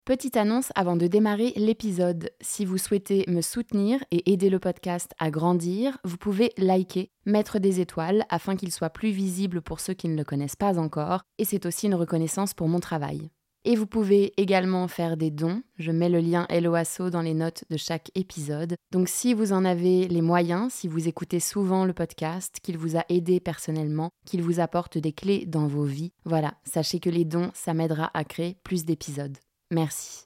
Petite annonce avant de démarrer l'épisode. Si vous souhaitez me soutenir et aider le podcast à grandir, vous pouvez liker, mettre des étoiles afin qu'il soit plus visible pour ceux qui ne le connaissent pas encore, et c'est aussi une reconnaissance pour mon travail. Et vous pouvez également faire des dons, je mets le lien Hello Asso dans les notes de chaque épisode. Donc si vous en avez les moyens, si vous écoutez souvent le podcast, qu'il vous a aidé personnellement, qu'il vous apporte des clés dans vos vies, voilà, sachez que les dons, ça m'aidera à créer plus d'épisodes. Merci.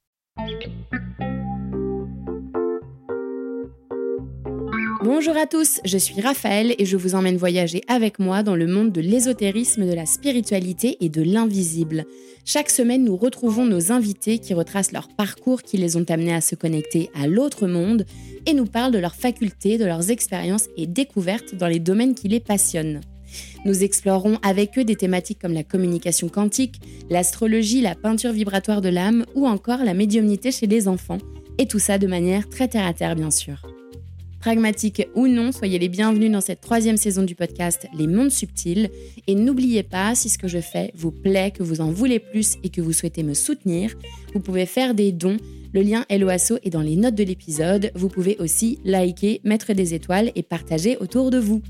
Bonjour à tous, je suis Raphaël et je vous emmène voyager avec moi dans le monde de l'ésotérisme, de la spiritualité et de l'invisible. Chaque semaine, nous retrouvons nos invités qui retracent leur parcours qui les ont amenés à se connecter à l'autre monde et nous parlent de leurs facultés, de leurs expériences et découvertes dans les domaines qui les passionnent. Nous explorerons avec eux des thématiques comme la communication quantique, l'astrologie, la peinture vibratoire de l'âme ou encore la médiumnité chez les enfants. Et tout ça de manière très terre-à-terre bien sûr. Pragmatique ou non, soyez les bienvenus dans cette 3e saison du podcast Les Mondes Subtils. Et n'oubliez pas, si ce que je fais vous plaît, que vous en voulez plus et que vous souhaitez me soutenir, vous pouvez faire des dons. Le lien Hello Asso est dans les notes de l'épisode. Vous pouvez aussi liker, mettre des étoiles et partager autour de vous.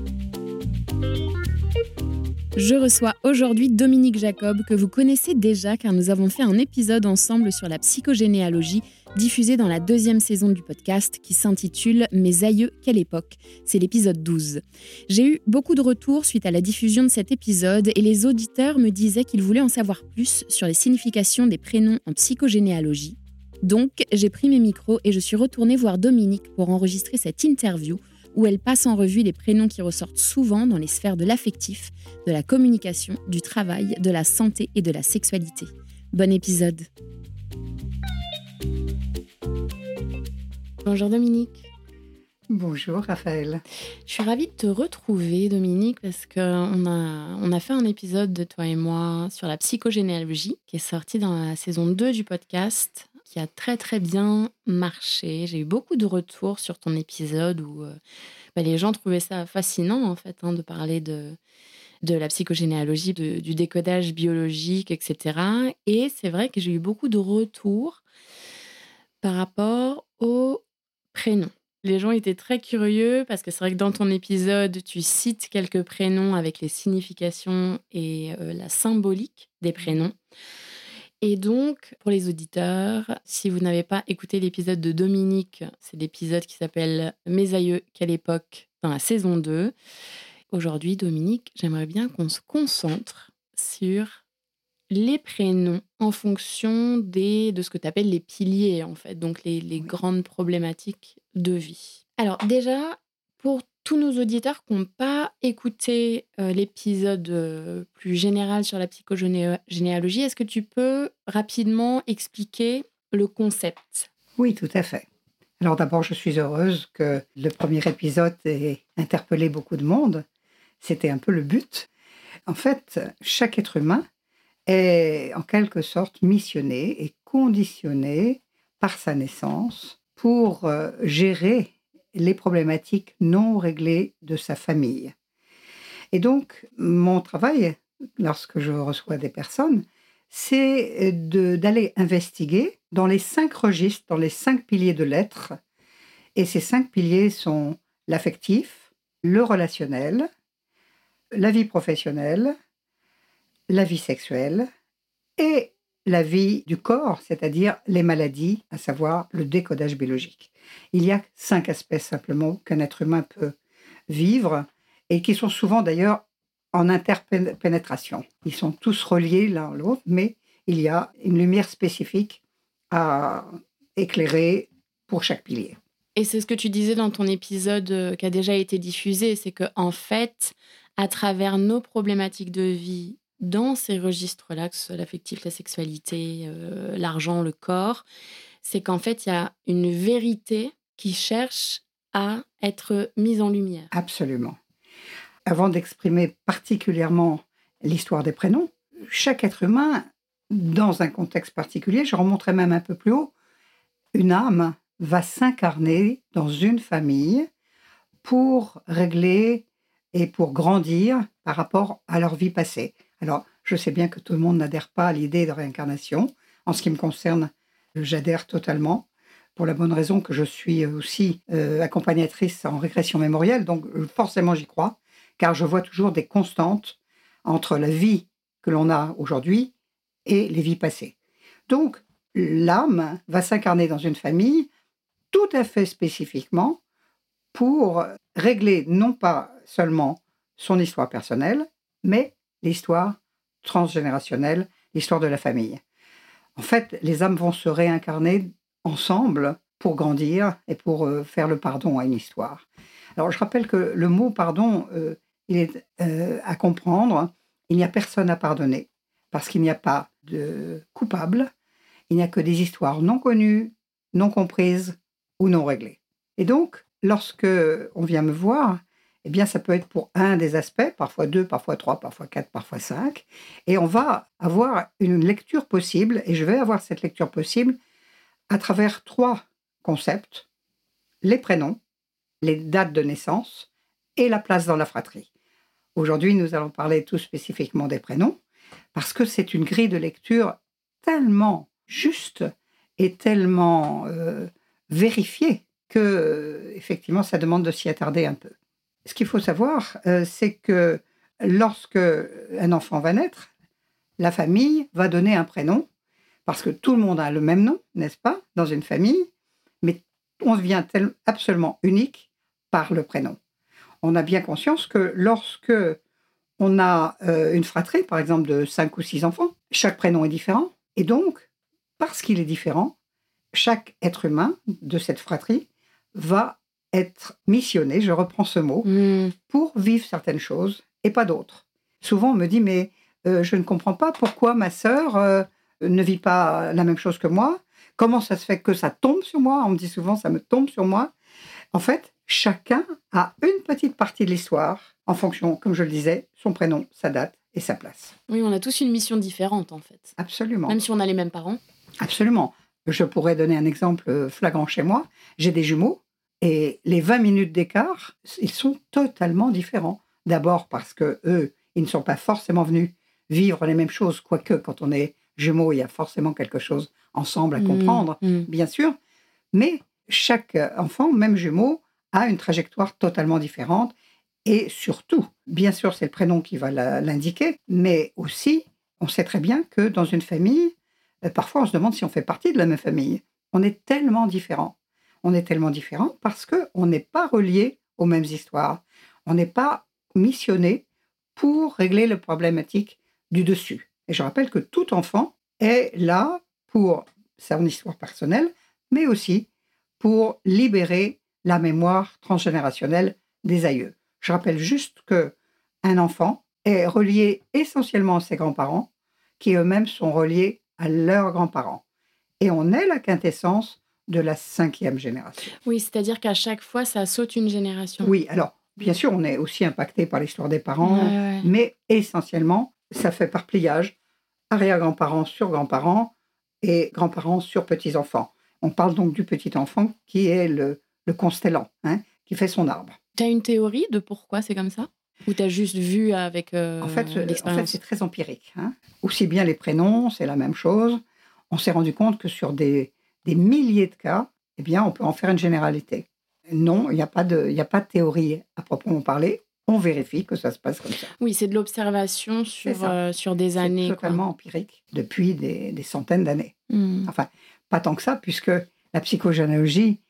Je reçois aujourd'hui Dominique Jacob, que vous connaissez déjà car nous avons fait un épisode ensemble sur la psychogénéalogie diffusé dans la 2e saison du podcast qui s'intitule « Mes aïeux, quelle époque ?» C'est l'épisode 12. J'ai eu beaucoup de retours suite à la diffusion de cet épisode et les auditeurs me disaient qu'ils voulaient en savoir plus sur les significations des prénoms en psychogénéalogie. Donc, j'ai pris mes micros et je suis retournée voir Dominique pour enregistrer cette interview où elle passe en revue les prénoms qui ressortent souvent dans les sphères de l'affectif, de la communication, du travail, de la santé et de la sexualité. Bon épisode. Bonjour Dominique. Bonjour Raphaël. Je suis ravie de te retrouver Dominique parce qu'on a fait un épisode de toi et moi sur la psychogénéalogie qui est sorti dans la saison 2 du podcast qui a très très bien marché. J'ai eu beaucoup de retours sur ton épisode où les gens trouvaient ça fascinant en fait de parler de la psychogénéalogie, du décodage biologique, etc. Et c'est vrai que j'ai eu beaucoup de retours par rapport aux prénoms. Les gens étaient très curieux parce que c'est vrai que dans ton épisode, tu cites quelques prénoms avec les significations et la symbolique des prénoms. Et donc, pour les auditeurs, si vous n'avez pas écouté l'épisode de Dominique, c'est l'épisode qui s'appelle « Mes aïeux, quelle époque ?» dans la saison 2. Aujourd'hui, Dominique, j'aimerais bien qu'on se concentre sur les prénoms en fonction de ce que tu appelles les piliers, en fait, donc les grandes problématiques de vie. Alors déjà, pour tous nos auditeurs qui n'ont pas écouté l'épisode plus général sur la psychogénéalogie, est-ce que tu peux rapidement expliquer le concept ? Oui, tout à fait. Alors d'abord, je suis heureuse que le premier épisode ait interpellé beaucoup de monde. C'était un peu le but. En fait, chaque être humain est en quelque sorte missionné et conditionné par sa naissance pour gérer les problématiques non réglées de sa famille. Et donc, mon travail, lorsque je reçois des personnes, c'est d'aller investiguer dans les 5 registres, dans les 5 piliers de l'être. Et ces 5 piliers sont l'affectif, le relationnel, la vie professionnelle, la vie sexuelle et la vie du corps, c'est-à-dire les maladies, à savoir le décodage biologique. Il y a 5 aspects simplement qu'un être humain peut vivre et qui sont souvent d'ailleurs en interpénétration. Ils sont tous reliés l'un à l'autre, mais il y a une lumière spécifique à éclairer pour chaque pilier. Et c'est ce que tu disais dans ton épisode qui a déjà été diffusé, c'est qu'en fait, à travers nos problématiques de vie, dans ces registres-là, que ce soit l'affectif, la sexualité, l'argent, le corps, c'est qu'en fait, il y a une vérité qui cherche à être mise en lumière. Absolument. Avant d'exprimer particulièrement l'histoire des prénoms, chaque être humain, dans un contexte particulier, je remonterai même un peu plus haut, une âme va s'incarner dans une famille pour régler et pour grandir par rapport à leur vie passée. Alors, je sais bien que tout le monde n'adhère pas à l'idée de réincarnation. En ce qui me concerne, j'adhère totalement, pour la bonne raison que je suis aussi accompagnatrice en régression mémorielle, donc forcément j'y crois, car je vois toujours des constantes entre la vie que l'on a aujourd'hui et les vies passées. Donc, l'âme va s'incarner dans une famille tout à fait spécifiquement pour régler non pas seulement son histoire personnelle, mais l'histoire transgénérationnelle, l'histoire de la famille. En fait, les âmes vont se réincarner ensemble pour grandir et pour faire le pardon à une histoire. Alors, je rappelle que le mot pardon, il est à comprendre. Il n'y a personne à pardonner parce qu'il n'y a pas de coupable. Il n'y a que des histoires non connues, non comprises ou non réglées. Et donc, lorsque on vient me voir, eh bien, ça peut être pour un des aspects, parfois 2, parfois 3, parfois 4, parfois 5. Et on va avoir une lecture possible, et je vais avoir cette lecture possible à travers 3 concepts: les prénoms, les dates de naissance et la place dans la fratrie. Aujourd'hui, nous allons parler tout spécifiquement des prénoms, parce que c'est une grille de lecture tellement juste et tellement vérifiée que, effectivement, ça demande de s'y attarder un peu. Ce qu'il faut savoir, c'est que lorsque un enfant va naître, la famille va donner un prénom, parce que tout le monde a le même nom, n'est-ce pas, dans une famille, mais on devient absolument unique par le prénom. On a bien conscience que lorsque on a une fratrie, par exemple, de 5 ou 6 enfants, chaque prénom est différent, et donc, parce qu'il est différent, chaque être humain de cette fratrie va être missionné, je reprends ce mot, pour vivre certaines choses et pas d'autres. Souvent, on me dit, mais je ne comprends pas pourquoi ma sœur ne vit pas la même chose que moi. Comment ça se fait que ça tombe sur moi? On me dit souvent, ça me tombe sur moi. En fait, chacun a une petite partie de l'histoire en fonction, comme je le disais, son prénom, sa date et sa place. Oui, on a tous une mission différente, en fait. Absolument. Même si on a les mêmes parents. Absolument. Je pourrais donner un exemple flagrant chez moi. J'ai des jumeaux et les 20 minutes d'écart, ils sont totalement différents. D'abord parce que eux, ils ne sont pas forcément venus vivre les mêmes choses, quoique quand on est jumeaux, il y a forcément quelque chose ensemble à comprendre, bien sûr. Mais chaque enfant, même jumeau, a une trajectoire totalement différente. Et surtout, bien sûr, c'est le prénom qui va l'indiquer, mais aussi, on sait très bien que dans une famille, parfois on se demande si on fait partie de la même famille. On est tellement différents. On est tellement différents parce qu'on n'est pas reliés aux mêmes histoires. On n'est pas missionné pour régler les problématiques du dessus. Et je rappelle que tout enfant est là pour son histoire personnelle, mais aussi pour libérer la mémoire transgénérationnelle des aïeux. Je rappelle juste qu'un enfant est relié essentiellement à ses grands-parents, qui eux-mêmes sont reliés à leurs grands-parents. Et on est la quintessence de la 5e génération. Oui, c'est-à-dire qu'à chaque fois, ça saute une génération. Oui, alors, bien sûr, on est aussi impacté par l'histoire des parents, mais essentiellement, ça fait par pliage, arrière-grands-parents sur grands-parents et grands-parents sur petits-enfants. On parle donc du petit-enfant qui est le constellant, qui fait son arbre. Tu as une théorie de pourquoi c'est comme ça? Ou tu as juste vu avec l'expérience? En fait, c'est très empirique. Aussi bien les prénoms, c'est la même chose. On s'est rendu compte que sur des milliers de cas, eh bien, on peut en faire une généralité. Non, il n'y a pas de théorie à proprement parler. On vérifie que ça se passe comme ça. Oui, c'est de l'observation sur des années. C'est totalement empirique depuis des centaines d'années. Enfin, pas tant que ça, puisque la psychogénéalogie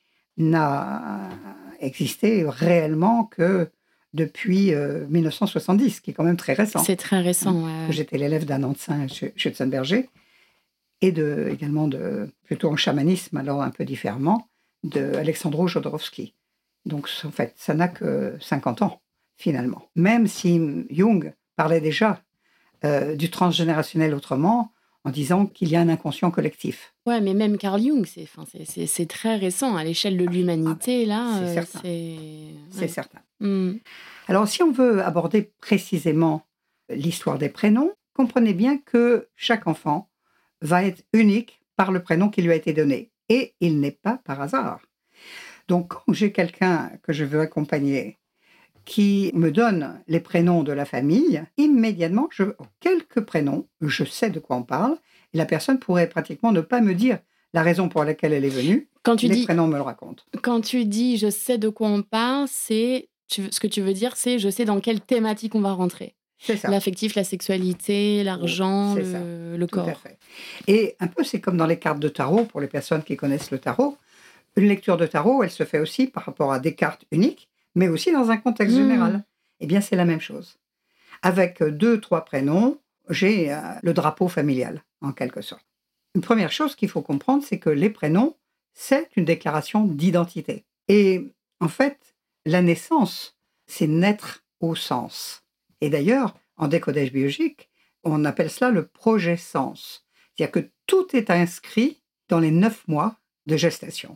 n'a existé réellement que depuis 1970, qui est quand même très récent. C'est très récent, ouais. J'étais l'élève d'Anne Hantzin chez Schützenberger et également plutôt en chamanisme, alors un peu différemment, de Alexandro Jodorowsky. Donc, en fait, ça n'a que 50 ans, finalement. Même si Jung parlait déjà du transgénérationnel autrement, en disant qu'il y a un inconscient collectif. Ouais, mais même Carl Jung, c'est très récent à l'échelle de l'humanité, là. C'est certain. C'est certain. Mm. Alors, si on veut aborder précisément l'histoire des prénoms, comprenez bien que chaque enfant va être unique par le prénom qui lui a été donné. Et il n'est pas par hasard. Donc, quand j'ai quelqu'un que je veux accompagner qui me donne les prénoms de la famille, immédiatement, quelques prénoms, je sais de quoi on parle, Et la personne pourrait pratiquement ne pas me dire la raison pour laquelle elle est venue. Les prénoms me le racontent. Quand tu dis « je sais de quoi on parle », ce que tu veux dire, c'est « je sais dans quelle thématique on va rentrer ». C'est ça. L'affectif, la sexualité, l'argent, le corps. Tout à fait. Et un peu, c'est comme dans les cartes de tarot, pour les personnes qui connaissent le tarot. Une lecture de tarot, elle se fait aussi par rapport à des cartes uniques, mais aussi dans un contexte général. Eh bien, c'est la même chose. Avec 2, 3 prénoms, j'ai le drapeau familial, en quelque sorte. Une première chose qu'il faut comprendre, c'est que les prénoms, c'est une déclaration d'identité. Et en fait, la naissance, c'est naître au sens. Et d'ailleurs, en décodage biologique, on appelle cela le projet sens. C'est-à-dire que tout est inscrit dans les 9 mois de gestation.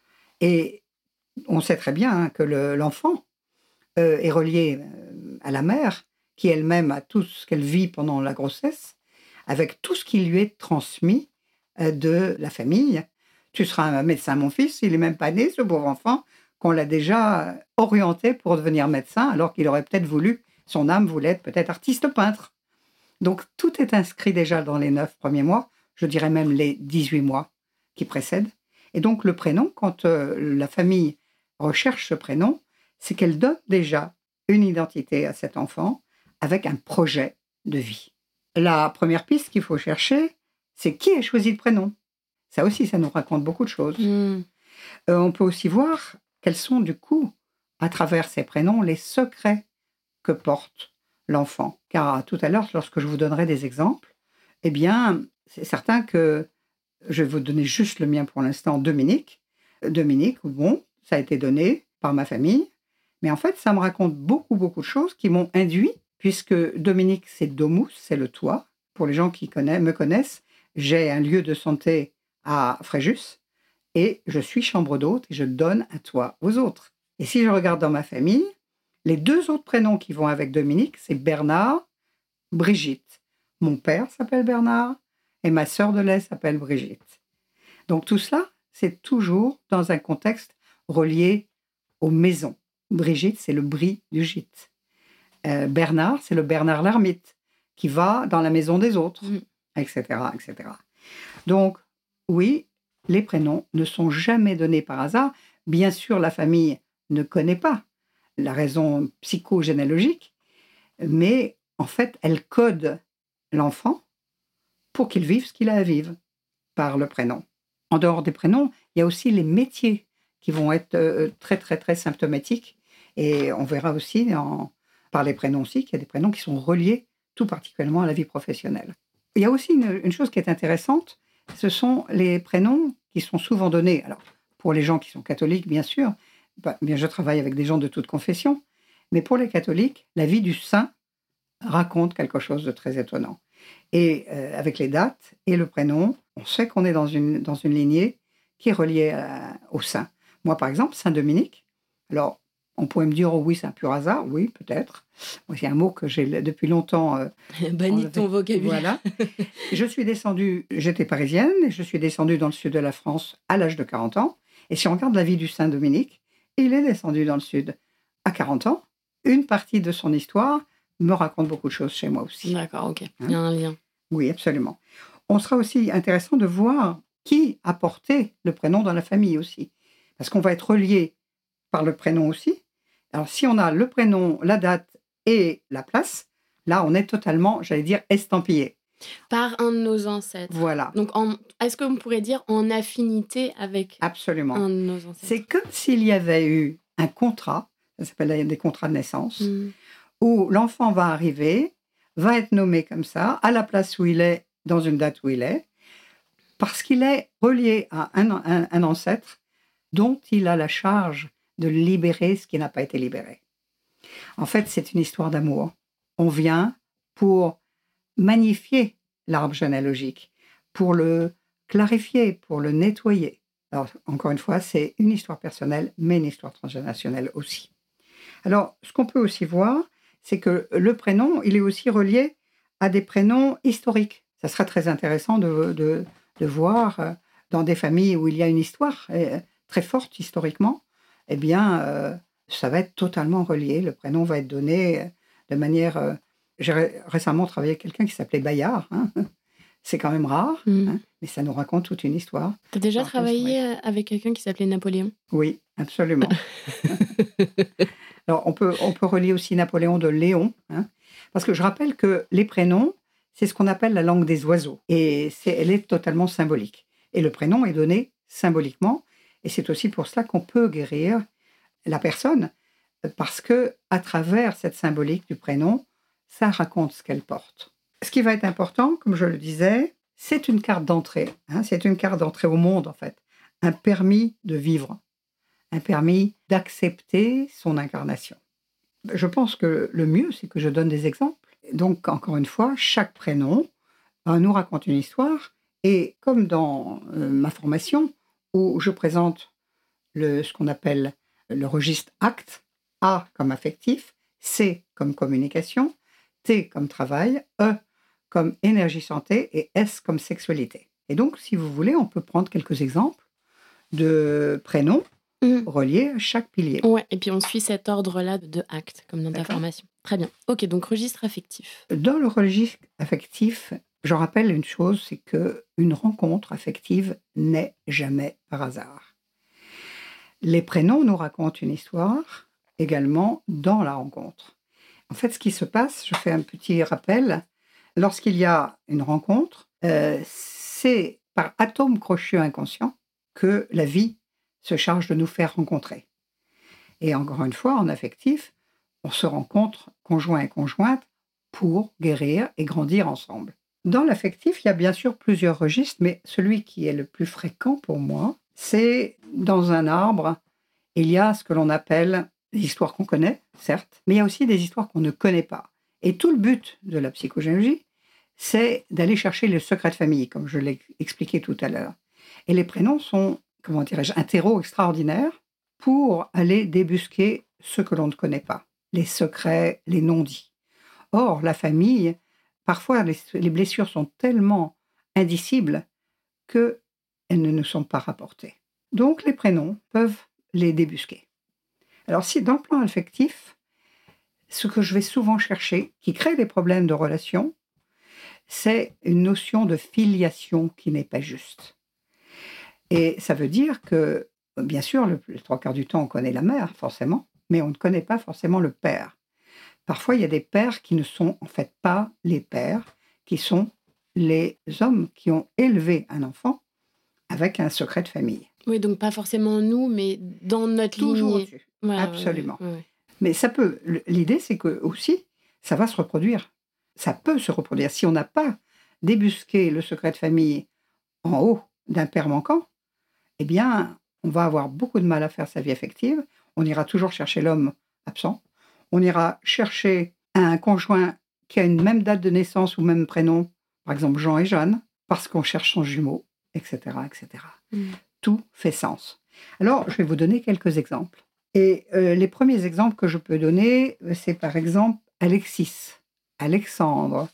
Et on sait très bien que l'enfant est relié à la mère, qui elle-même a tout ce qu'elle vit pendant la grossesse, avec tout ce qui lui est transmis de la famille. Tu seras un médecin, mon fils, il n'est même pas né, ce pauvre enfant, qu'on l'a déjà orienté pour devenir médecin, alors qu'il aurait peut-être voulu, son âme voulait être peut-être artiste peintre. Donc tout est inscrit déjà dans les 9 premiers mois, je dirais même les 18 mois qui précèdent. Et donc le prénom, quand la famille recherche ce prénom, c'est qu'elle donne déjà une identité à cet enfant avec un projet de vie. La première piste qu'il faut chercher, c'est qui a choisi le prénom. Ça aussi, ça nous raconte beaucoup de choses. On peut aussi voir quels sont du coup, à travers ces prénoms, les secrets que porte l'enfant. Car tout à l'heure, lorsque je vous donnerai des exemples, eh bien, c'est certain que je vais vous donner juste le mien pour l'instant, Dominique. Dominique, bon, ça a été donné par ma famille, mais en fait, ça me raconte beaucoup, beaucoup de choses qui m'ont induit, puisque Dominique, c'est Domus, c'est le toit. Pour les gens qui me connaissent, j'ai un lieu de santé à Fréjus, et je suis chambre d'hôte et je donne un toit aux autres. Et si je regarde dans ma famille, les 2 autres prénoms qui vont avec Dominique, c'est Bernard, Brigitte. Mon père s'appelle Bernard et ma sœur de lait s'appelle Brigitte. Donc tout cela, c'est toujours dans un contexte relié aux maisons. Brigitte, c'est le brie du gîte. Bernard, c'est le Bernard l'ermite qui va dans la maison des autres, etc., etc. Donc, oui, les prénoms ne sont jamais donnés par hasard. Bien sûr, la famille ne connaît pas la raison psychogénéalogique, mais en fait, elle code l'enfant pour qu'il vive ce qu'il a à vivre par le prénom. En dehors des prénoms, il y a aussi les métiers qui vont être très, très, très symptomatiques. Et on verra aussi, par les prénoms aussi, qu'il y a des prénoms qui sont reliés tout particulièrement à la vie professionnelle. Il y a aussi une chose qui est intéressante, ce sont les prénoms qui sont souvent donnés. Alors, pour les gens qui sont catholiques, bien sûr, bien, je travaille avec des gens de toute confession, mais pour les catholiques, la vie du saint raconte quelque chose de très étonnant. Et avec les dates et le prénom, on sait qu'on est dans une lignée qui est reliée au saint. Moi, par exemple, Saint Dominique, alors on pourrait me dire, oh oui, c'est un pur hasard, oui, peut-être. Moi, c'est un mot que j'ai depuis longtemps... banni de ton vocabulaire. Voilà. Je suis descendue, j'étais parisienne, et je suis descendue dans le sud de la France à l'âge de 40 ans. Et si on regarde la vie du Saint Dominique, il est descendu dans le sud à 40 ans. Une partie de son histoire me raconte beaucoup de choses chez moi aussi. D'accord, ok. Il y a un lien. Oui, absolument. On sera aussi intéressant de voir qui a porté le prénom dans la famille aussi. Parce qu'on va être relié par le prénom aussi. Alors, si on a le prénom, la date et la place, là, on est totalement, j'allais dire, estampillé. Par un de nos ancêtres. Voilà. Donc, est-ce qu'on pourrait dire en affinité avec Absolument. un de nos ancêtres? C'est comme s'il y avait eu un contrat, ça s'appelle des contrats de naissance, où l'enfant va arriver, va être nommé comme ça, à la place où il est, dans une date où il est, parce qu'il est relié à un ancêtre dont il a la charge de libérer ce qui n'a pas été libéré. En fait, c'est une histoire d'amour. On vient pour magnifier l'arbre généalogique, pour le clarifier, pour le nettoyer. Alors, encore une fois, c'est une histoire personnelle, mais une histoire transgénérationnelle aussi. Alors, ce qu'on peut aussi voir, c'est que le prénom, il est aussi relié à des prénoms historiques. Ça serait très intéressant de voir dans des familles où il y a une histoire très forte historiquement, eh bien, ça va être totalement relié. Le prénom va être donné de manière... J'ai récemment travaillé avec quelqu'un qui s'appelait Bayard. C'est quand même rare, Mm. mais ça nous raconte toute une histoire. Tu as déjà Raconte, travaillé avec quelqu'un qui s'appelait Napoléon? Oui, absolument. Alors, on peut relier aussi Napoléon de Léon, parce que je rappelle que les prénoms, c'est ce qu'on appelle la langue des oiseaux, et elle est totalement symbolique. Et le prénom est donné symboliquement, et c'est aussi pour cela qu'on peut guérir la personne, parce que à travers cette symbolique du prénom, ça raconte ce qu'elle porte. Ce qui va être important, comme je le disais, c'est une carte d'entrée. C'est une carte d'entrée au monde, en fait. Un permis de vivre, un permis d'accepter son incarnation. Je pense que le mieux, c'est que je donne des exemples. Donc, encore une fois, chaque prénom nous raconte une histoire. Et comme dans ma formation, où je présente ce qu'on appelle le registre ACT, A comme affectif, C comme communication, T comme travail, E comme énergie santé et S comme sexualité. Et donc, si vous voulez, on peut prendre quelques exemples de prénoms reliés à chaque pilier. Ouais, et puis on suit cet ordre-là de actes, comme dans ta formation. Très bien. Ok, donc registre affectif. Dans le registre affectif, je rappelle une chose, c'est qu'une rencontre affective n'est jamais par hasard. Les prénoms nous racontent une histoire également dans la rencontre. En fait, ce qui se passe, je fais un petit rappel, lorsqu'il y a une rencontre, c'est par atome crochus inconscient que la vie se charge de nous faire rencontrer. Et encore une fois, en affectif, on se rencontre conjoint et conjointe pour guérir et grandir ensemble. Dans l'affectif, il y a bien sûr plusieurs registres, mais celui qui est le plus fréquent pour moi, c'est dans un arbre, il y a ce que l'on appelle des histoires qu'on connaît, certes, mais il y a aussi des histoires qu'on ne connaît pas. Et tout le but de la psychogénéalogie, c'est d'aller chercher le secret de famille, comme je l'ai expliqué tout à l'heure. Et les prénoms sont, comment dirais-je, un terreau extraordinaire pour aller débusquer ce que l'on ne connaît pas, les secrets, les non-dits. Or, la famille, parfois, les blessures sont tellement indicibles qu'elles ne nous sont pas rapportées. Donc, les prénoms peuvent les débusquer. Alors, si dans le plan affectif, ce que je vais souvent chercher, qui crée des problèmes de relation, c'est une notion de filiation qui n'est pas juste. Et ça veut dire que, bien sûr, le 3/4 du temps, on connaît la mère, forcément, mais on ne connaît pas forcément le père. Parfois, il y a des pères qui ne sont en fait pas les pères, qui sont les hommes qui ont élevé un enfant avec un secret de famille. Oui, donc pas forcément nous, mais dans notre Toujours lignée. au-dessus. Ouais, Absolument. ouais. Mais ça peut. L'idée, c'est que aussi, ça va se reproduire. Ça peut se reproduire. Si on n'a pas débusqué le secret de famille en haut d'un père manquant, eh bien, on va avoir beaucoup de mal à faire sa vie affective. On ira toujours chercher l'homme absent. On ira chercher un conjoint qui a une même date de naissance ou même prénom, par exemple Jean et Jeanne, parce qu'on cherche son jumeau, etc. etc. Tout fait sens. Alors, je vais vous donner quelques exemples. Et les premiers exemples que je peux donner, c'est par exemple Alexis, Alexandre,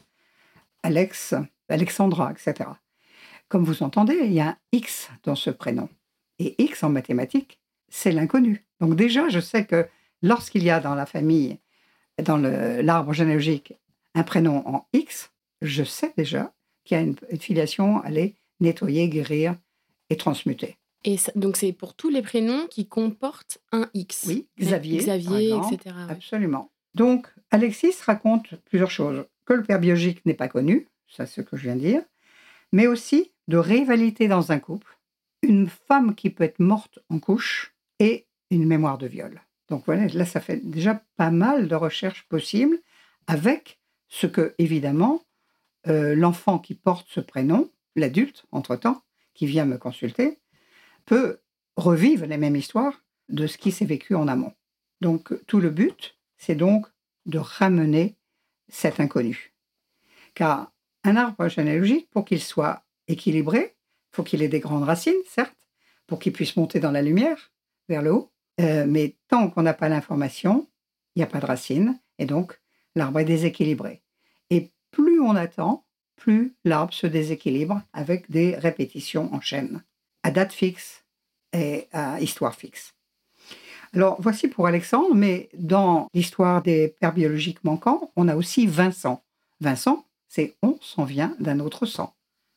Alex, Alexandra, etc. Comme vous entendez, il y a un X dans ce prénom. Et X en mathématiques, c'est l'inconnu. Donc déjà, je sais que lorsqu'il y a dans la famille, dans l'arbre généalogique, un prénom en X, je sais déjà qu'il y a une filiation à aller nettoyer, guérir et transmuter. Et ça, donc c'est pour tous les prénoms qui comportent un X. Oui, Xavier, Xavier, par exemple, etc. Ouais. Absolument. Donc, Alexis raconte plusieurs choses. Que le père biologique n'est pas connu, ça c'est ce que je viens de dire, mais aussi de rivalité dans un couple, une femme qui peut être morte en couche et une mémoire de viol. Donc voilà, là ça fait déjà pas mal de recherches possibles avec ce que, évidemment, l'enfant qui porte ce prénom, l'adulte, entre-temps, qui vient me consulter, peut revivre les mêmes histoires de ce qui s'est vécu en amont. Donc, tout le but, c'est donc de ramener cet inconnu. Car un arbre généalogique, pour qu'il soit équilibré, il faut qu'il ait des grandes racines, certes, pour qu'il puisse monter dans la lumière, vers le haut. Mais tant qu'on n'a pas l'information, il n'y a pas de racines, et donc l'arbre est déséquilibré. Et plus on attend, plus l'arbre se déséquilibre avec des répétitions en chaîne, à date fixe et à histoire fixe. Alors, voici pour Alexandre, mais dans l'histoire des pères biologiques manquants, on a aussi Vincent. Vincent, c'est on s'en vient d'un autre sang.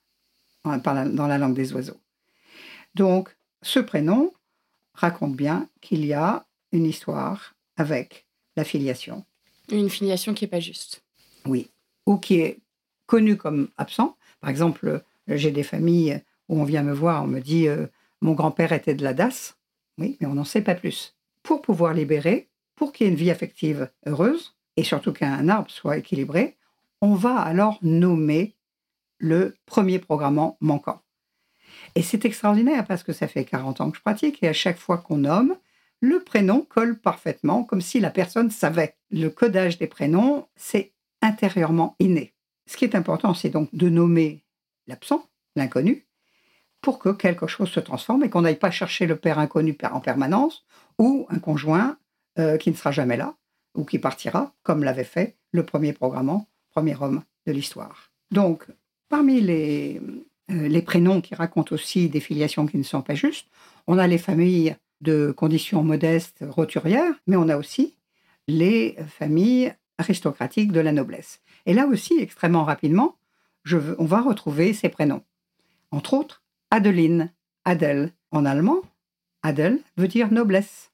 dans la langue des oiseaux. Donc, ce prénom raconte bien qu'il y a une histoire avec la filiation. Une filiation qui n'est pas juste. Oui, ou qui est connue comme absent. Par exemple, j'ai des familles où on vient me voir, on me dit mon grand-père était de la DAS. Oui, mais on n'en sait pas plus. Pour pouvoir libérer, pour qu'il y ait une vie affective heureuse, et surtout qu'un arbre soit équilibré, on va alors nommer le premier programmant manquant. Et c'est extraordinaire parce que ça fait 40 ans que je pratique et à chaque fois qu'on nomme, le prénom colle parfaitement comme si la personne savait. Le codage des prénoms, c'est intérieurement inné. Ce qui est important, c'est donc de nommer l'absent, l'inconnu, pour que quelque chose se transforme et qu'on n'aille pas chercher le père inconnu en permanence ou un conjoint qui ne sera jamais là ou qui partira, comme l'avait fait le premier programmant, premier homme de l'histoire. Donc, parmi les prénoms qui racontent aussi des filiations qui ne sont pas justes, on a les familles de conditions modestes roturières, mais on a aussi les familles aristocratiques de la noblesse. Et là aussi, extrêmement rapidement, on va retrouver ces prénoms. Entre autres, Adeline, Adèle. En allemand, Adel veut dire noblesse.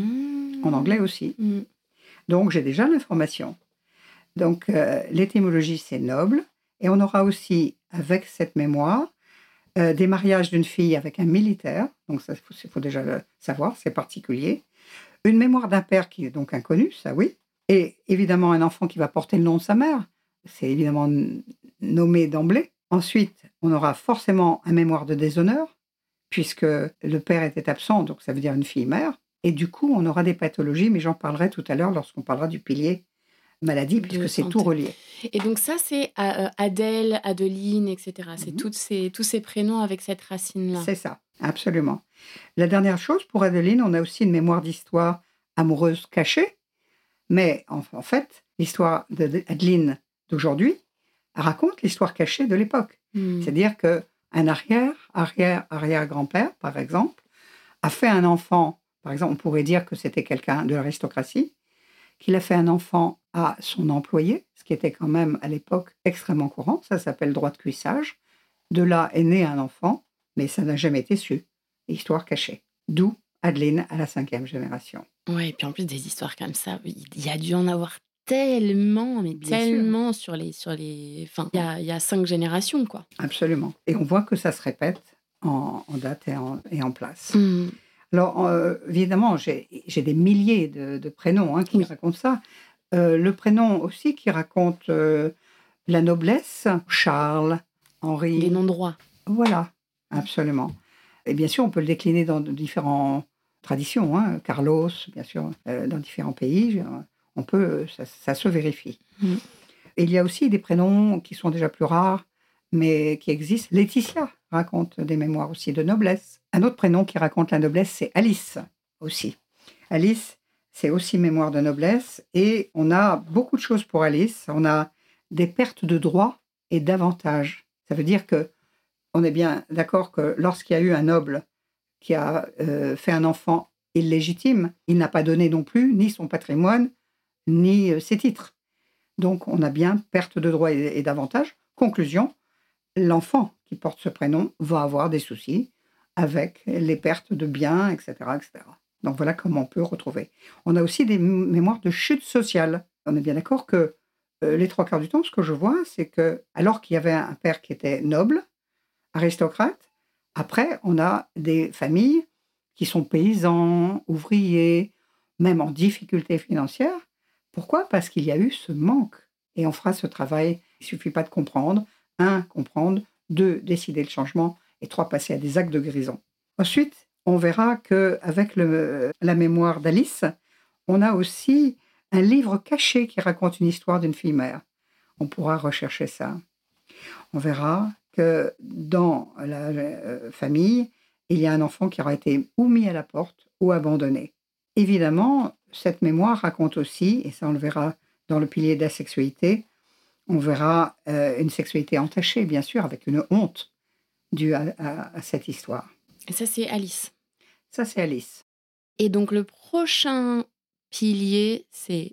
En anglais aussi. Donc, j'ai déjà l'information. Donc, l'étymologie, c'est noble. Et on aura aussi, avec cette mémoire, des mariages d'une fille avec un militaire. Donc, ça, il faut déjà le savoir, c'est particulier. Une mémoire d'un père qui est donc inconnu, ça oui. Et évidemment, un enfant qui va porter le nom de sa mère. C'est évidemment nommé d'emblée. Ensuite, on aura forcément un mémoire de déshonneur, puisque le père était absent, donc ça veut dire une fille-mère. Et du coup, on aura des pathologies, mais j'en parlerai tout à l'heure lorsqu'on parlera du pilier maladie, puisque c'est tout relié. Et donc ça, c'est Adèle, Adeline, etc. C'est tous ces prénoms avec cette racine-là. C'est ça, absolument. La dernière chose, pour Adeline, on a aussi une mémoire d'histoire amoureuse cachée, mais en fait, l'histoire d'Adeline d'aujourd'hui raconte l'histoire cachée de l'époque. C'est-à-dire qu'un arrière-grand-père, par exemple, a fait un enfant, par exemple, on pourrait dire que c'était quelqu'un de l'aristocratie, qu'il a fait un enfant à son employé, ce qui était quand même à l'époque extrêmement courant, ça s'appelle droit de cuissage. De là est né un enfant, mais ça n'a jamais été su. Histoire cachée. D'où Adeline à la 5e génération. Oui, et puis en plus des histoires comme ça, il y a dû en avoir tellement, mais Bien tellement sur les... Enfin, il y a 5 générations, quoi. Absolument. Et on voit que ça se répète en date et en place. Alors, évidemment, j'ai des milliers de prénoms qui racontent ça. Le prénom aussi qui raconte la noblesse, Charles, Henri. Des noms droits. Voilà, absolument. Et bien sûr, on peut le décliner dans différentes traditions. Carlos, bien sûr, dans différents pays, on peut, ça se vérifie. Et il y a aussi des prénoms qui sont déjà plus rares, mais qui existent. Laetitia raconte des mémoires aussi de noblesse. Un autre prénom qui raconte la noblesse, c'est Alice aussi. Alice, c'est aussi mémoire de noblesse. Et on a beaucoup de choses pour Alice. On a des pertes de droits et d'avantages. Ça veut dire que on est bien d'accord que lorsqu'il y a eu un noble qui a fait un enfant illégitime, il n'a pas donné non plus ni son patrimoine, ni ses titres. Donc, on a bien perte de droits et d'avantages. Conclusion, l'enfant qui porte ce prénom va avoir des soucis avec les pertes de biens, etc., etc. Donc, voilà comment on peut retrouver. On a aussi des mémoires de chute sociale. On est bien d'accord que les 3/4 du temps, ce que je vois, c'est que alors qu'il y avait un père qui était noble, aristocrate, après, on a des familles qui sont paysans, ouvriers, même en difficulté financière. Pourquoi ? Parce qu'il y a eu ce manque. Et on fera ce travail. Il ne suffit pas de comprendre. 1, comprendre. 2, décider le changement. Et 3, passer à des actes de guérison. Ensuite, on verra qu'avec la mémoire d'Alice, on a aussi un livre caché qui raconte une histoire d'une fille-mère. On pourra rechercher ça. On verra que dans la famille, il y a un enfant qui aura été ou mis à la porte ou abandonné. Évidemment, cette mémoire raconte aussi, et ça on le verra dans le pilier de la sexualité, on verra une sexualité entachée, bien sûr, avec une honte due à cette histoire. Et ça, c'est Alice. Ça, c'est Alice. Et donc, le prochain pilier, c'est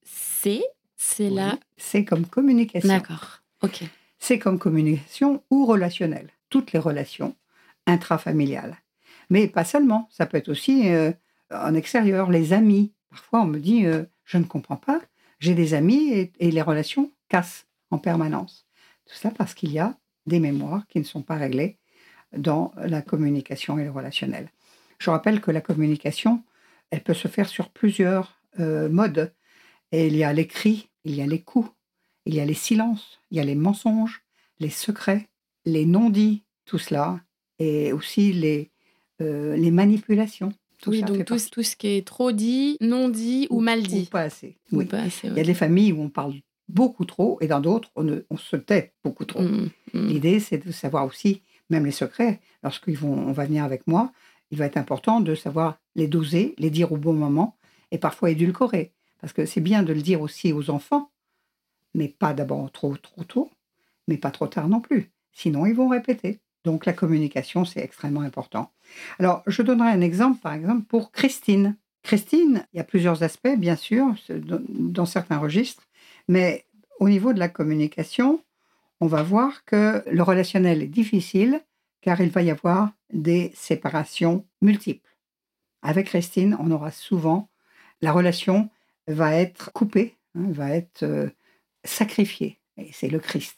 C. C'est oui, là. C'est comme communication. D'accord, ok. C'est comme communication ou relationnel. toutes les relations intrafamiliales. Mais pas seulement, ça peut être aussi en extérieur, les amis. Parfois, on me dit, je ne comprends pas, j'ai des amis et les relations cassent en permanence. Tout ça parce qu'il y a des mémoires qui ne sont pas réglées dans la communication et le relationnel. Je rappelle que la communication, elle peut se faire sur plusieurs modes. Et il y a l'écrit, il y a les coups, il y a les silences, il y a les mensonges, les secrets, les non-dits, tout cela, et aussi les manipulations. Tout Oui, ça donc fait tout, partie. tout ce qui est trop dit, non dit ou mal Ou dit. pas assez. Ou Oui. pas assez, Il y a ok. des familles où on parle beaucoup trop, et dans d'autres, on se tait beaucoup trop. Mm. L'idée, c'est de savoir aussi, même les secrets, on va venir avec moi, il va être important de savoir les doser, les dire au bon moment, et parfois édulcorer. Parce que c'est bien de le dire aussi aux enfants, mais pas d'abord trop tôt, mais pas trop tard non plus. Sinon, ils vont répéter. Donc, la communication, c'est extrêmement important. Alors, je donnerai un exemple, par exemple, pour Christine. Christine, il y a plusieurs aspects, bien sûr, dans certains registres, mais au niveau de la communication, on va voir que le relationnel est difficile car il va y avoir des séparations multiples. Avec Christine, on aura souvent, la relation va être coupée, va être sacrifiée. Et c'est le Christ.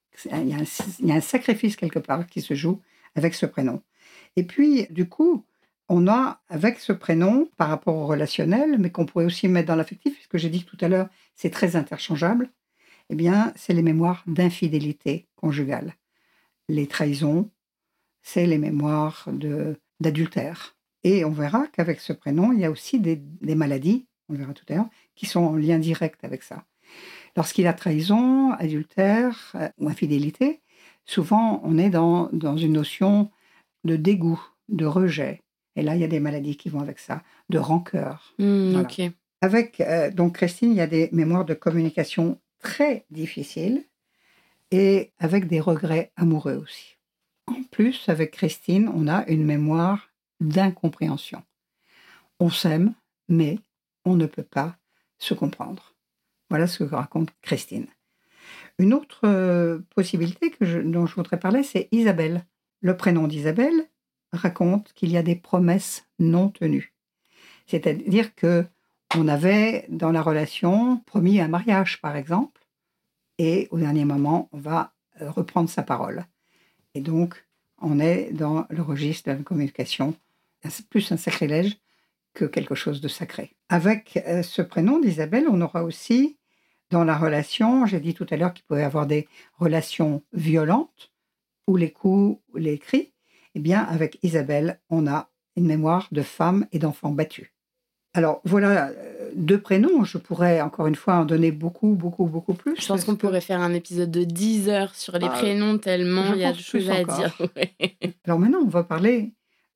Il y a un sacrifice quelque part qui se joue avec ce prénom. Et puis, du coup, on a, avec ce prénom, par rapport au relationnel, mais qu'on pourrait aussi mettre dans l'affectif, puisque j'ai dit tout à l'heure, c'est très interchangeable, eh bien, c'est les mémoires d'infidélité conjugale. Les trahisons, c'est les mémoires d'adultère. Et on verra qu'avec ce prénom, il y a aussi des maladies, on le verra tout à l'heure, qui sont en lien direct avec ça. Lorsqu'il y a trahison, adultère ou infidélité, souvent on est dans une notion de dégoût, de rejet. Et là, il y a des maladies qui vont avec ça, de rancœur. Voilà. Ok. Avec donc Christine, il y a des mémoires de communication très difficiles et avec des regrets amoureux aussi. En plus, avec Christine, on a une mémoire d'incompréhension. On s'aime, mais on ne peut pas se comprendre. Voilà ce que raconte Christine. Une autre possibilité dont je voudrais parler, c'est Isabelle. Le prénom d'Isabelle raconte qu'il y a des promesses non tenues. C'est-à-dire que on avait dans la relation promis un mariage, par exemple, et au dernier moment, on va reprendre sa parole. Et donc, on est dans le registre de la communication, plus un sacrilège que quelque chose de sacré. Avec ce prénom d'Isabelle, on aura aussi dans la relation, j'ai dit tout à l'heure qu'il pouvait y avoir des relations violentes, ou les coups, ou les cris. Eh bien, avec Isabelle, on a une mémoire de femme et d'enfants battus. Alors, voilà 2 prénoms. Je pourrais, encore une fois, en donner beaucoup, beaucoup, beaucoup plus. Je pense qu'on pourrait faire un épisode de 10 heures sur les prénoms, tellement il y a de choses à dire. Ouais. Alors maintenant, on va parler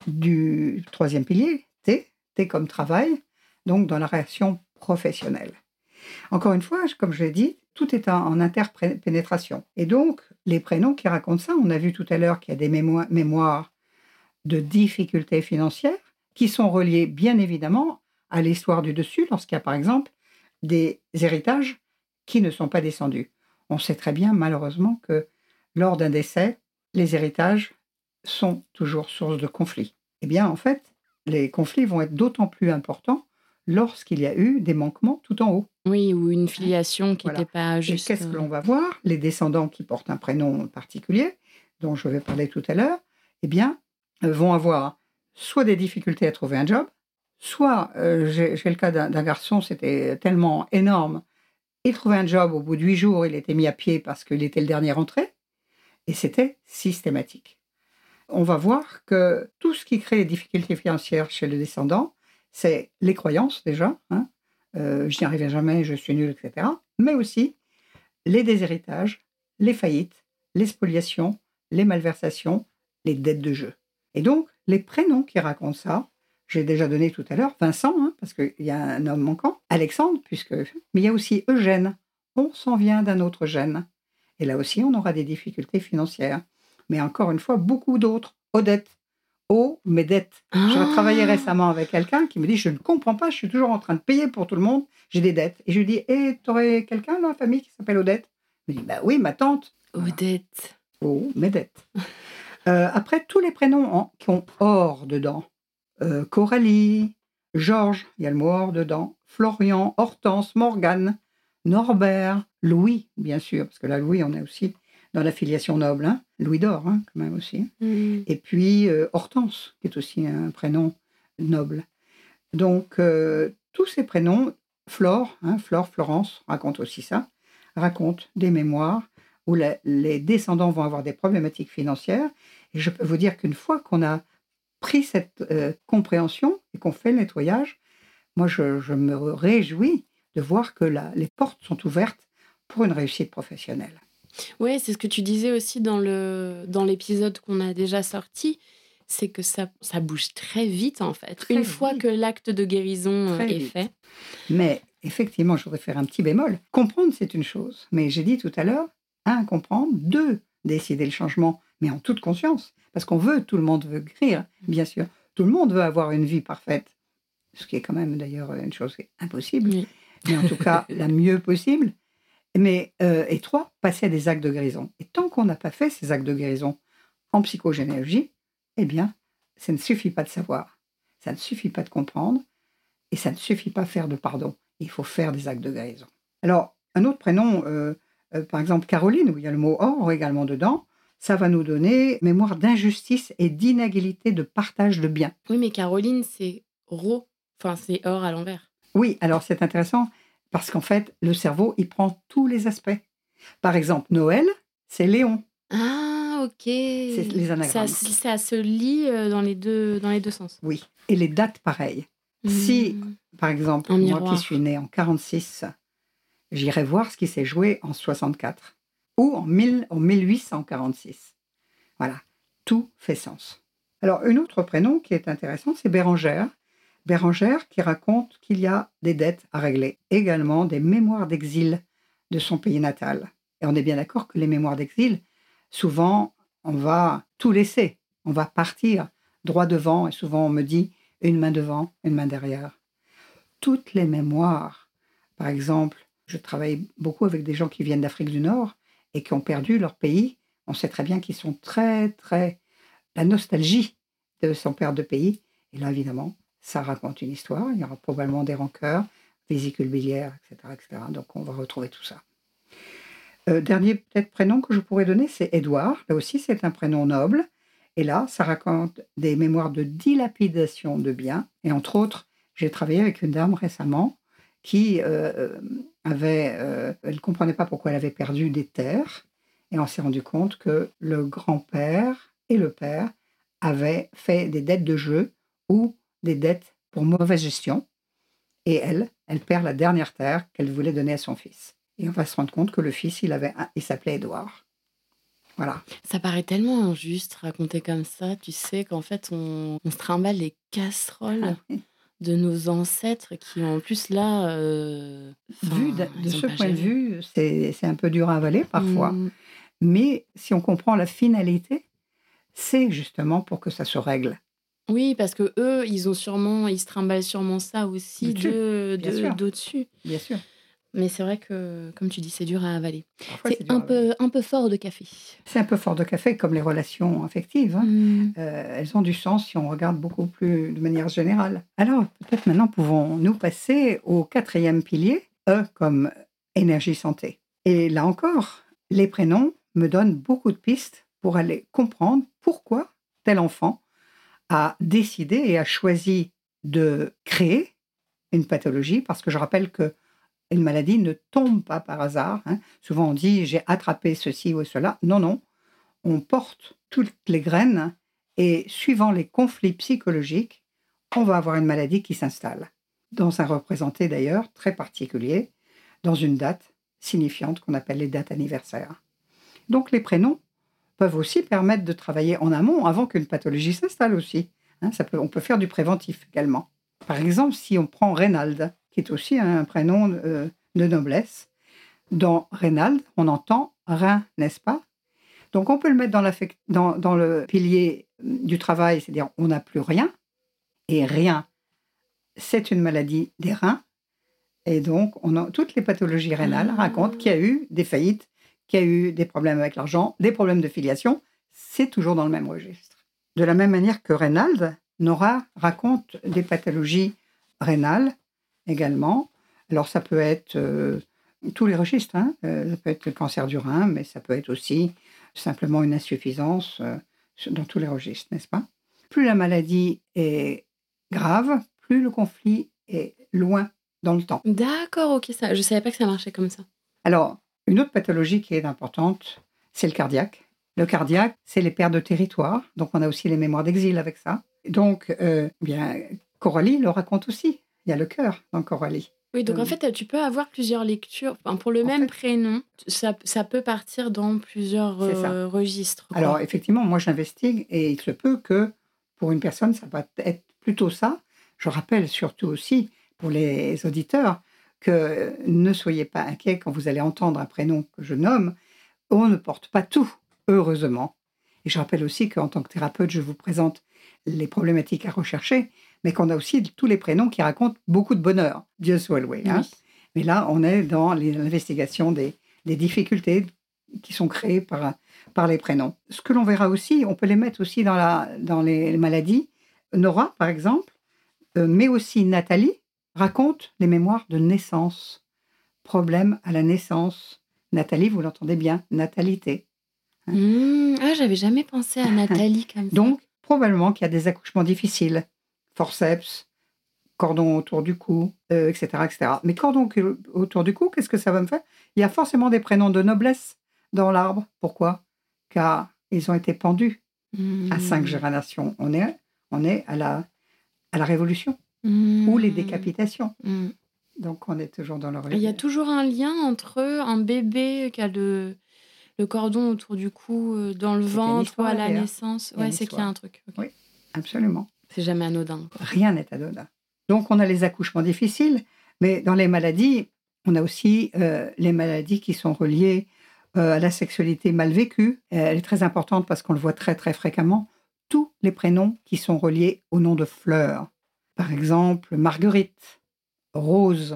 du 3e pilier, T. T comme travail, donc dans la relation professionnelle. Encore une fois, comme je l'ai dit, tout est en interpénétration. Et donc, les prénoms qui racontent ça, on a vu tout à l'heure qu'il y a des mémoires de difficultés financières qui sont reliées, bien évidemment, à l'histoire du dessus, lorsqu'il y a, par exemple, des héritages qui ne sont pas descendus. On sait très bien, malheureusement, que lors d'un décès, les héritages sont toujours source de conflits. Eh bien, en fait, les conflits vont être d'autant plus importants lorsqu'il y a eu des manquements tout en haut. Oui, ou une filiation qui n'était Voilà. pas juste. Et qu'est-ce que l'on va voir? Les descendants qui portent un prénom particulier, dont je vais parler tout à l'heure, eh bien, vont avoir soit des difficultés à trouver un job, soit, j'ai le cas d'un garçon, c'était tellement énorme, il trouvait un job, au bout de 8 jours, il était mis à pied parce qu'il était le dernier rentré, et c'était systématique. On va voir que tout ce qui crée les difficultés financières chez le descendant, c'est les croyances déjà, je n'y arriverai jamais, je suis nul, etc. Mais aussi les déshéritages, les faillites, les spoliations, les malversations, les dettes de jeu. Et donc, les prénoms qui racontent ça, j'ai déjà donné tout à l'heure, Vincent, parce qu'il y a un homme manquant, Alexandre, mais il y a aussi Eugène. On s'en vient d'un autre gène. Et là aussi, on aura des difficultés financières. Mais encore une fois, beaucoup d'autres. Odette. Oh, mes dettes. J'ai travaillé récemment avec quelqu'un qui me dit, je ne comprends pas, je suis toujours en train de payer pour tout le monde, j'ai des dettes. Et je lui dis, tu aurais quelqu'un dans la famille qui s'appelle Odette? Il me dit, bah oui, ma tante. Odette. Oh, mes dettes. Après, tous les prénoms qui ont or dedans. Coralie, Georges, il y a le mot or dedans. Florian, Hortense, Morgane, Norbert, Louis, bien sûr, parce que là, Louis, on est aussi dans la filiation noble. Hein. Louis d'or, hein, quand même aussi. Et puis Hortense, qui est aussi un prénom noble. Donc, tous ces prénoms, Flore, Flore, Florence, raconte aussi ça, racontent des mémoires où les descendants vont avoir des problématiques financières. Et je peux vous dire qu'une fois qu'on a pris cette compréhension et qu'on fait le nettoyage, moi, je me réjouis de voir que les portes sont ouvertes pour une réussite professionnelle. Oui, c'est ce que tu disais aussi dans l'épisode qu'on a déjà sorti, c'est que ça bouge très vite en fait. Une fois que l'acte de guérison est fait. Mais effectivement, je voudrais faire un petit bémol. Comprendre, c'est une chose. Mais j'ai dit tout à l'heure, 1, comprendre, 2, décider le changement, mais en toute conscience. Parce tout le monde veut guérir, bien sûr. Tout le monde veut avoir une vie parfaite. Ce qui est quand même d'ailleurs une chose impossible. Oui. Mais en tout cas, la mieux possible. Mais, et 3, passer à des actes de guérison. Et tant qu'on n'a pas fait ces actes de guérison en psychogénéalogie, eh bien, ça ne suffit pas de savoir. Ça ne suffit pas de comprendre. Et ça ne suffit pas de faire de pardon. Il faut faire des actes de guérison. Alors, un autre prénom, par exemple Caroline, où il y a le mot or également dedans, ça va nous donner mémoire d'injustice et d'inégalité de partage de biens. Oui, mais Caroline, c'est ro, enfin c'est or à l'envers. Oui, alors c'est intéressant parce qu'en fait, le cerveau, il prend tous les aspects. Par exemple, Noël, c'est Léon. Ah, ok. C'est les anagrammes. Ça se lit dans les deux sens. Oui, et les dates, pareil. Si, par exemple, moi qui suis née en 46, j'irai voir ce qui s'est joué en 64 ou en 1846. Voilà, tout fait sens. Alors, un autre prénom qui est intéressant, c'est Bérangère. Bérangère qui raconte qu'il y a des dettes à régler, également des mémoires d'exil de son pays natal. Et on est bien d'accord que les mémoires d'exil, souvent, on va tout laisser, on va partir droit devant, et souvent on me dit une main devant, une main derrière. Toutes les mémoires, par exemple, je travaille beaucoup avec des gens qui viennent d'Afrique du Nord et qui ont perdu leur pays. On sait très bien qu'ils sont très, la nostalgie de son père de pays. Et là, évidemment, ça raconte une histoire. Il y aura probablement des rancœurs, vésicules biliaires, etc., etc. Donc, on va retrouver tout ça. Dernier peut-être prénom que je pourrais donner, c'est Édouard. Là aussi, c'est un prénom noble. Et là, ça raconte des mémoires de dilapidation de biens. Et entre autres, j'ai travaillé avec une dame récemment qui elle ne comprenait pas pourquoi elle avait perdu des terres. Et on s'est rendu compte que le grand-père et le père avaient fait des dettes de jeu ou des dettes pour mauvaise gestion. Et elle perd la dernière terre qu'elle voulait donner à son fils. Et on va se rendre compte que le fils, il s'appelait Édouard. Voilà. Ça paraît tellement injuste raconté comme ça, tu sais, qu'en fait, on se trimballe les casseroles de nos ancêtres qui, en plus, là... Vu de ce point de vue, c'est un peu dur à avaler parfois. Mais si on comprend la finalité, c'est justement pour que ça se règle. Oui, parce que eux, ils se trimballent sûrement ça aussi d'au-dessus. Bien sûr. Mais c'est vrai que, comme tu dis, c'est dur à avaler. C'est un peu fort de café. C'est un peu fort de café, comme les relations affectives. Elles ont du sens si on regarde beaucoup plus de manière générale. Alors, peut-être maintenant pouvons-nous passer au 4e pilier, E comme énergie santé. Et là encore, les prénoms me donnent beaucoup de pistes pour aller comprendre pourquoi tel enfant a décidé et a choisi de créer une pathologie, parce que je rappelle que une maladie ne tombe pas par hasard. Souvent, on dit « j'ai attrapé ceci ou cela ». Non. On porte toutes les graines et suivant les conflits psychologiques, on va avoir une maladie qui s'installe. Dans un représenté d'ailleurs très particulier, dans une date signifiante qu'on appelle les dates anniversaires. Donc, les prénoms peuvent aussi permettre de travailler en amont avant qu'une pathologie s'installe aussi. On peut faire du préventif également. Par exemple, si on prend Reynald, qui est aussi un prénom de noblesse. Dans Reynald, on entend rein, n'est-ce pas? Donc, on peut le mettre dans le pilier du travail, c'est-à-dire on n'a plus rien. Et rien, c'est une maladie des reins. Et donc, toutes les pathologies rénales racontent qu'il y a eu des faillites, qu'il y a eu des problèmes avec l'argent, des problèmes de filiation. c'est toujours dans le même registre. De la même manière que Reynald, Nora raconte des pathologies rénales également. Alors ça peut être tous les registres, hein. Ça peut être le cancer du rein, mais ça peut être aussi simplement une insuffisance dans tous les registres, n'est-ce pas? Plus la maladie est grave, plus le conflit est loin dans le temps. D'accord, ok, ça, je savais pas que ça marchait comme ça. Alors, une autre pathologie qui est importante, c'est le cardiaque. Le cardiaque, c'est les pertes de territoire. Donc, on a aussi les mémoires d'exil avec ça. Donc, bien, Coralie le raconte aussi. Il y a le cœur dans Coralie. Oui, donc en fait, tu peux avoir plusieurs lectures. Enfin, pour le même prénom, ça peut partir dans plusieurs registres. Quoi. Alors, effectivement, moi, j'investigue et il se peut que pour une personne, ça va être plutôt ça. Je rappelle surtout aussi pour les auditeurs que ne soyez pas inquiets quand vous allez entendre un prénom que je nomme. On ne porte pas tout, heureusement. Et je rappelle aussi qu'en tant que thérapeute, je vous présente les problématiques à rechercher, mais qu'on a aussi tous les prénoms qui racontent beaucoup de bonheur. Dieu soit loué. Hein. Oui. Mais là, on est dans l'investigation des difficultés qui sont créées par les prénoms. Ce que l'on verra aussi, on peut les mettre aussi dans les maladies. Nora, par exemple, mais aussi Nathalie, raconte les mémoires de naissance. Problème à la naissance. Nathalie, vous l'entendez bien, natalité. J'avais jamais pensé à Nathalie comme ça. Donc, probablement qu'il y a des accouchements difficiles. Forceps, cordon autour du cou, etc., etc. Mais cordon autour du cou, qu'est-ce que ça va me faire? Il y a forcément des prénoms de noblesse dans l'arbre. Pourquoi? Car ils ont été pendus à 5 générations. On est à la Révolution ou les décapitations. Donc, on est toujours dans le... Il y a toujours un lien entre un bébé qui a le cordon autour du cou, dans le ventre ou à la naissance. Ouais, c'est qu'il y a un truc. Okay. Oui, absolument. C'est jamais anodin. Rien n'est anodin. Donc, on a les accouchements difficiles, mais dans les maladies, on a aussi les maladies qui sont reliées à la sexualité mal vécue. Elle est très importante parce qu'on le voit très, très fréquemment. Tous les prénoms qui sont reliés au nom de fleurs. Par exemple, Marguerite, Rose,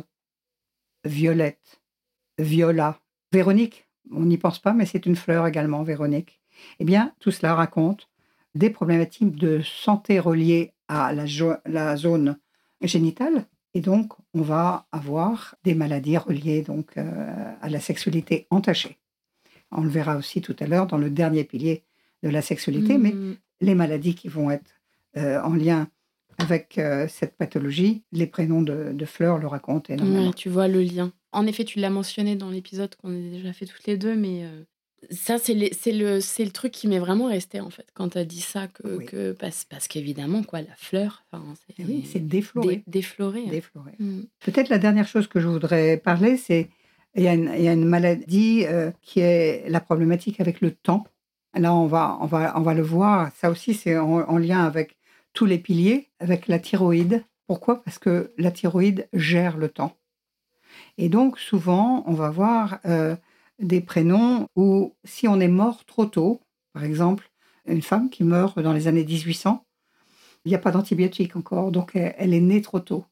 Violette, Viola, Véronique. On n'y pense pas, mais c'est une fleur également, Véronique. Eh bien, tout cela raconte des problématiques de santé reliées à la zone génitale. Et donc, on va avoir des maladies reliées donc, à la sexualité entachée. On le verra aussi tout à l'heure dans le dernier pilier de la sexualité, mais les maladies qui vont être en lien avec cette pathologie, les prénoms de fleurs le racontent énormément. Ouais, tu vois le lien. En effet, tu l'as mentionné dans l'épisode qu'on a déjà fait toutes les deux, mais ça, c'est le truc qui m'est vraiment resté, en fait, quand tu as dit ça, parce qu'évidemment, quoi, la fleur, c'est défloré. Défloré. Défloré. Peut-être la dernière chose que je voudrais parler, c'est il y a une maladie qui est la problématique avec le temps. Là, on va le voir. Ça aussi, c'est en lien avec tous les piliers, avec la thyroïde. Pourquoi? Parce que la thyroïde gère le temps. Et donc, souvent, on va voir des prénoms où, si on est mort trop tôt, par exemple, une femme qui meurt dans les années 1800, il n'y a pas d'antibiotiques encore, donc elle est née trop tôt.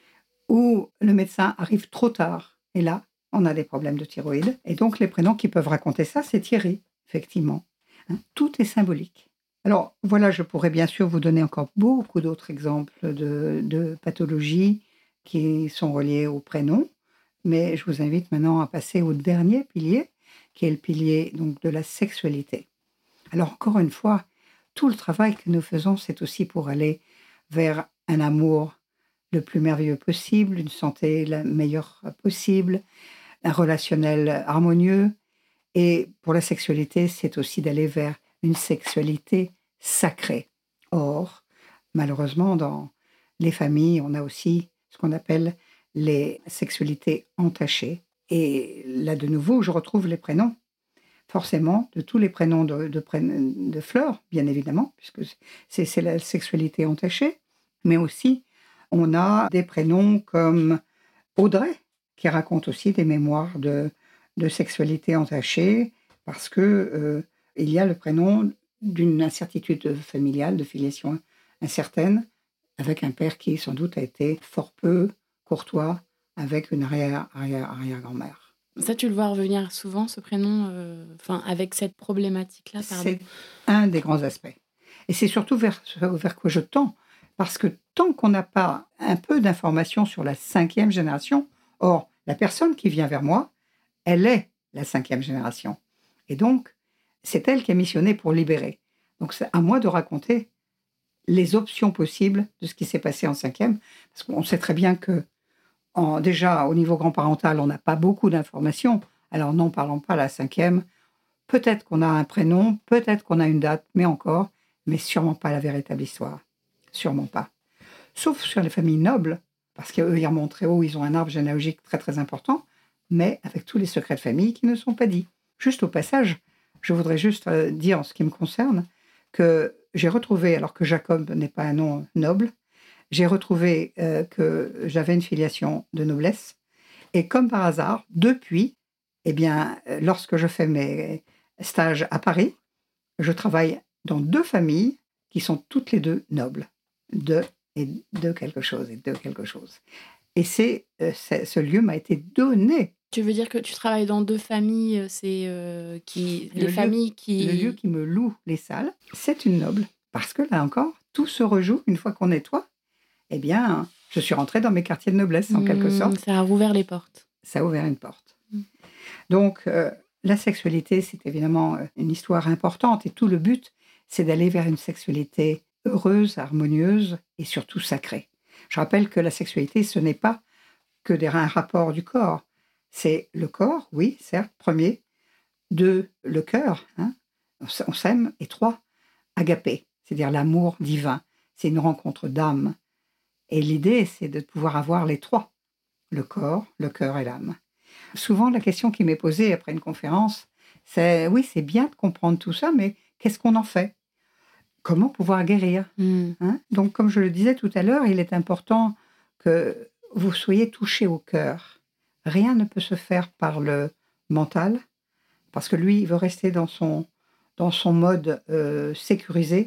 Ou le médecin arrive trop tard, et là, on a des problèmes de thyroïde. Et donc, les prénoms qui peuvent raconter ça, c'est Thierry, effectivement. Hein, tout est symbolique. Alors, voilà, je pourrais bien sûr vous donner encore beaucoup d'autres exemples de pathologies qui sont reliées au prénom, mais je vous invite maintenant à passer au dernier pilier, qui est le pilier donc, de la sexualité. Alors, encore une fois, tout le travail que nous faisons, c'est aussi pour aller vers un amour le plus merveilleux possible, une santé la meilleure possible, un relationnel harmonieux. Et pour la sexualité, c'est aussi d'aller vers une sexualité sacrée. Or, malheureusement, dans les familles, on a aussi ce qu'on appelle les sexualités entachées. Et là, de nouveau, je retrouve les prénoms. Forcément, de tous les prénoms de fleurs, bien évidemment, puisque c'est la sexualité entachée, mais aussi, on a des prénoms comme Audrey, qui raconte aussi des mémoires de sexualité entachée, parce que il y a le prénom d'une incertitude familiale, de filiation incertaine, avec un père qui, sans doute, a été fort peu courtois avec une arrière-grand-mère. Ça, tu le vois revenir souvent, ce prénom, avec cette problématique-là, pardon. C'est un des grands aspects. Et c'est surtout vers quoi je tends. Parce que tant qu'on n'a pas un peu d'informations sur la 5e génération, or, la personne qui vient vers moi, elle est la 5e génération. Et donc, c'est elle qui est missionnée pour libérer. Donc, c'est à moi de raconter les options possibles de ce qui s'est passé en 5e. Parce qu'on sait très bien que, déjà, au niveau grand-parental, on n'a pas beaucoup d'informations. Alors, n'en parlons pas la 5e. Peut-être qu'on a un prénom, peut-être qu'on a une date, mais sûrement pas la véritable histoire. Sûrement pas. Sauf sur les familles nobles, parce qu'eux, ils remontent très haut, ils ont un arbre généalogique très très important, mais avec tous les secrets de famille qui ne sont pas dits. Juste au passage, je voudrais juste dire, en ce qui me concerne, que j'ai retrouvé, alors que Jacob n'est pas un nom noble, j'ai retrouvé que j'avais une filiation de noblesse. Et comme par hasard, depuis, lorsque je fais mes stages à Paris, je travaille dans 2 familles qui sont toutes les 2 nobles. De quelque chose et de quelque chose. Et ce lieu m'a été donné. Tu veux dire que tu travailles dans 2 familles, familles qui... Le lieu qui me loue les salles, c'est une noble. Parce que là encore, tout se rejoue une fois qu'on nettoie. Je suis rentrée dans mes quartiers de noblesse, en quelque sorte. Ça a rouvert les portes. Ça a ouvert une porte. Donc, la sexualité, c'est évidemment une histoire importante. Et tout le but, c'est d'aller vers une sexualité heureuse, harmonieuse et surtout sacrée. Je rappelle que la sexualité, ce n'est pas que un rapport du corps. C'est le corps, oui, certes, premier. 2, le cœur. On s'aime. Et 3, agapé, c'est-à-dire l'amour divin. C'est une rencontre d'âme. Et l'idée, c'est de pouvoir avoir les 3. Le corps, le cœur et l'âme. Souvent, la question qui m'est posée après une conférence, c'est oui, c'est bien de comprendre tout ça, mais qu'est-ce qu'on en fait? Comment pouvoir guérir? Donc, comme je le disais tout à l'heure, il est important que vous soyez touché au cœur. Rien ne peut se faire par le mental, parce que lui, il veut rester dans son mode sécurisé,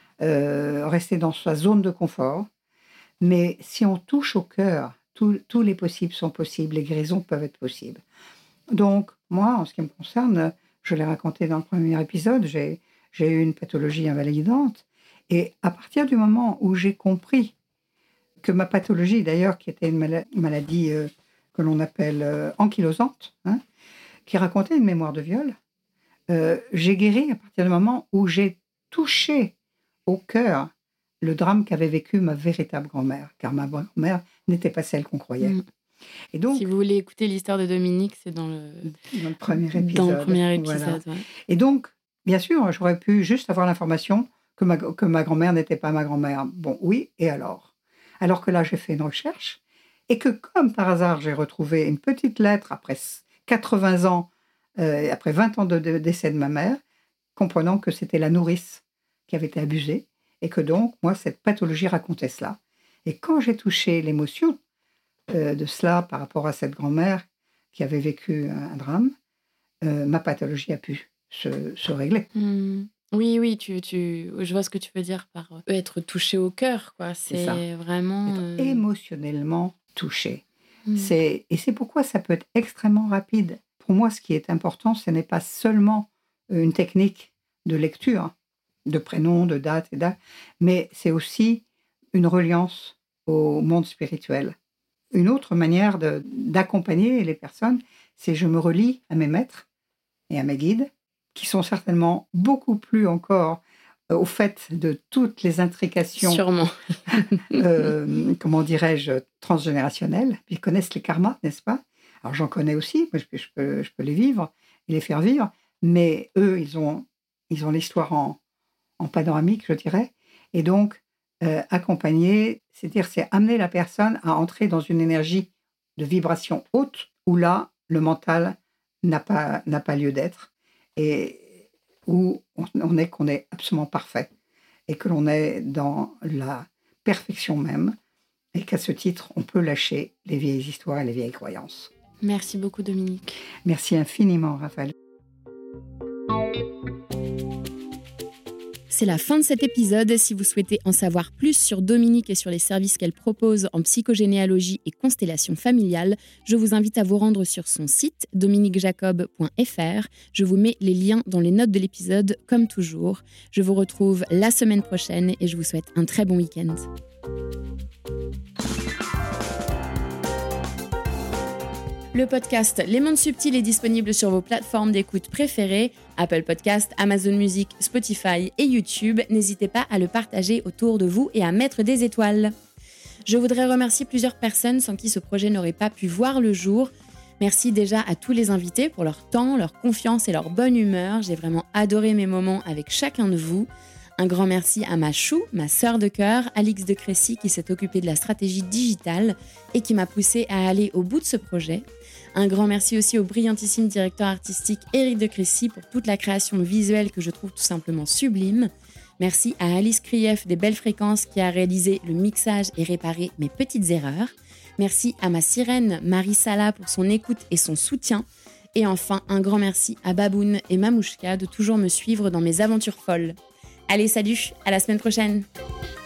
rester dans sa zone de confort. Mais si on touche au cœur, tous les possibles sont possibles, les guérisons peuvent être possibles. Donc, moi, en ce qui me concerne, je l'ai raconté dans le premier épisode, j'ai eu une pathologie invalidante. Et à partir du moment où j'ai compris que ma pathologie, d'ailleurs, qui était une maladie que l'on appelle ankylosante, qui racontait une mémoire de viol, j'ai guéri à partir du moment où j'ai touché au cœur le drame qu'avait vécu ma véritable grand-mère, car ma grand-mère n'était pas celle qu'on croyait. Et donc, si vous voulez écouter l'histoire de Dominique, c'est dans le premier épisode. Dans le premier épisode, voilà. Ouais. Et donc, bien sûr, j'aurais pu juste avoir l'information que ma grand-mère n'était pas ma grand-mère. Bon, oui, et alors? Alors que là, j'ai fait une recherche, et que comme par hasard, j'ai retrouvé une petite lettre après 80 ans, après 20 ans de décès de ma mère, comprenant que c'était la nourrice qui avait été abusée, et que donc, moi, cette pathologie racontait cela. Et quand j'ai touché l'émotion de cela par rapport à cette grand-mère qui avait vécu un drame, ma pathologie a pu se régler. Oui, je vois ce que tu veux dire par être touché au cœur, quoi. C'est vraiment... Être émotionnellement touché. Et c'est pourquoi ça peut être extrêmement rapide. Pour moi, ce qui est important, ce n'est pas seulement une technique de lecture, de prénom, de date et date, mais c'est aussi une reliance au monde spirituel. Une autre manière d'accompagner les personnes, c'est je me relie à mes maîtres et à mes guides, qui sont certainement beaucoup plus encore au fait de toutes les intrications, sûrement, comment dirais-je, transgénérationnelles. Ils connaissent les karmas, n'est-ce pas? Alors j'en connais aussi, je peux les vivre et les faire vivre, mais eux, ils ont l'histoire en panoramique, je dirais. Et donc, accompagner, c'est-à-dire c'est amener la personne à entrer dans une énergie de vibration haute, où là, le mental n'a pas lieu d'être, et où qu'on est absolument parfait, et que l'on est dans la perfection même, et qu'à ce titre, on peut lâcher les vieilles histoires et les vieilles croyances. Merci beaucoup, Dominique. Merci infiniment, Raphaël. c'est la fin de cet épisode. Si vous souhaitez en savoir plus sur Dominique et sur les services qu'elle propose en psychogénéalogie et constellation familiale, je vous invite à vous rendre sur son site dominiquejacob.fr. Je vous mets les liens dans les notes de l'épisode comme toujours. Je vous retrouve la semaine prochaine et je vous souhaite un très bon week-end. Le podcast Les Mondes Subtils est disponible sur vos plateformes d'écoute préférées, Apple Podcasts, Amazon Music, Spotify et YouTube. N'hésitez pas à le partager autour de vous et à mettre des étoiles. Je voudrais remercier plusieurs personnes sans qui ce projet n'aurait pas pu voir le jour. Merci déjà à tous les invités pour leur temps, leur confiance et leur bonne humeur. J'ai vraiment adoré mes moments avec chacun de vous. Un grand merci à ma chou, ma sœur de cœur, Alix de Crécy, qui s'est occupée de la stratégie digitale et qui m'a poussée à aller au bout de ce projet. Un grand merci aussi au brillantissime directeur artistique Éric de Crécy pour toute la création visuelle que je trouve tout simplement sublime. Merci à Alice Krief des Belles Fréquences qui a réalisé le mixage et réparé mes petites erreurs. Merci à ma sirène Marie Sala pour son écoute et son soutien. Et enfin, un grand merci à Baboun et Mamouchka de toujours me suivre dans mes aventures folles. Allez, salut, à la semaine prochaine.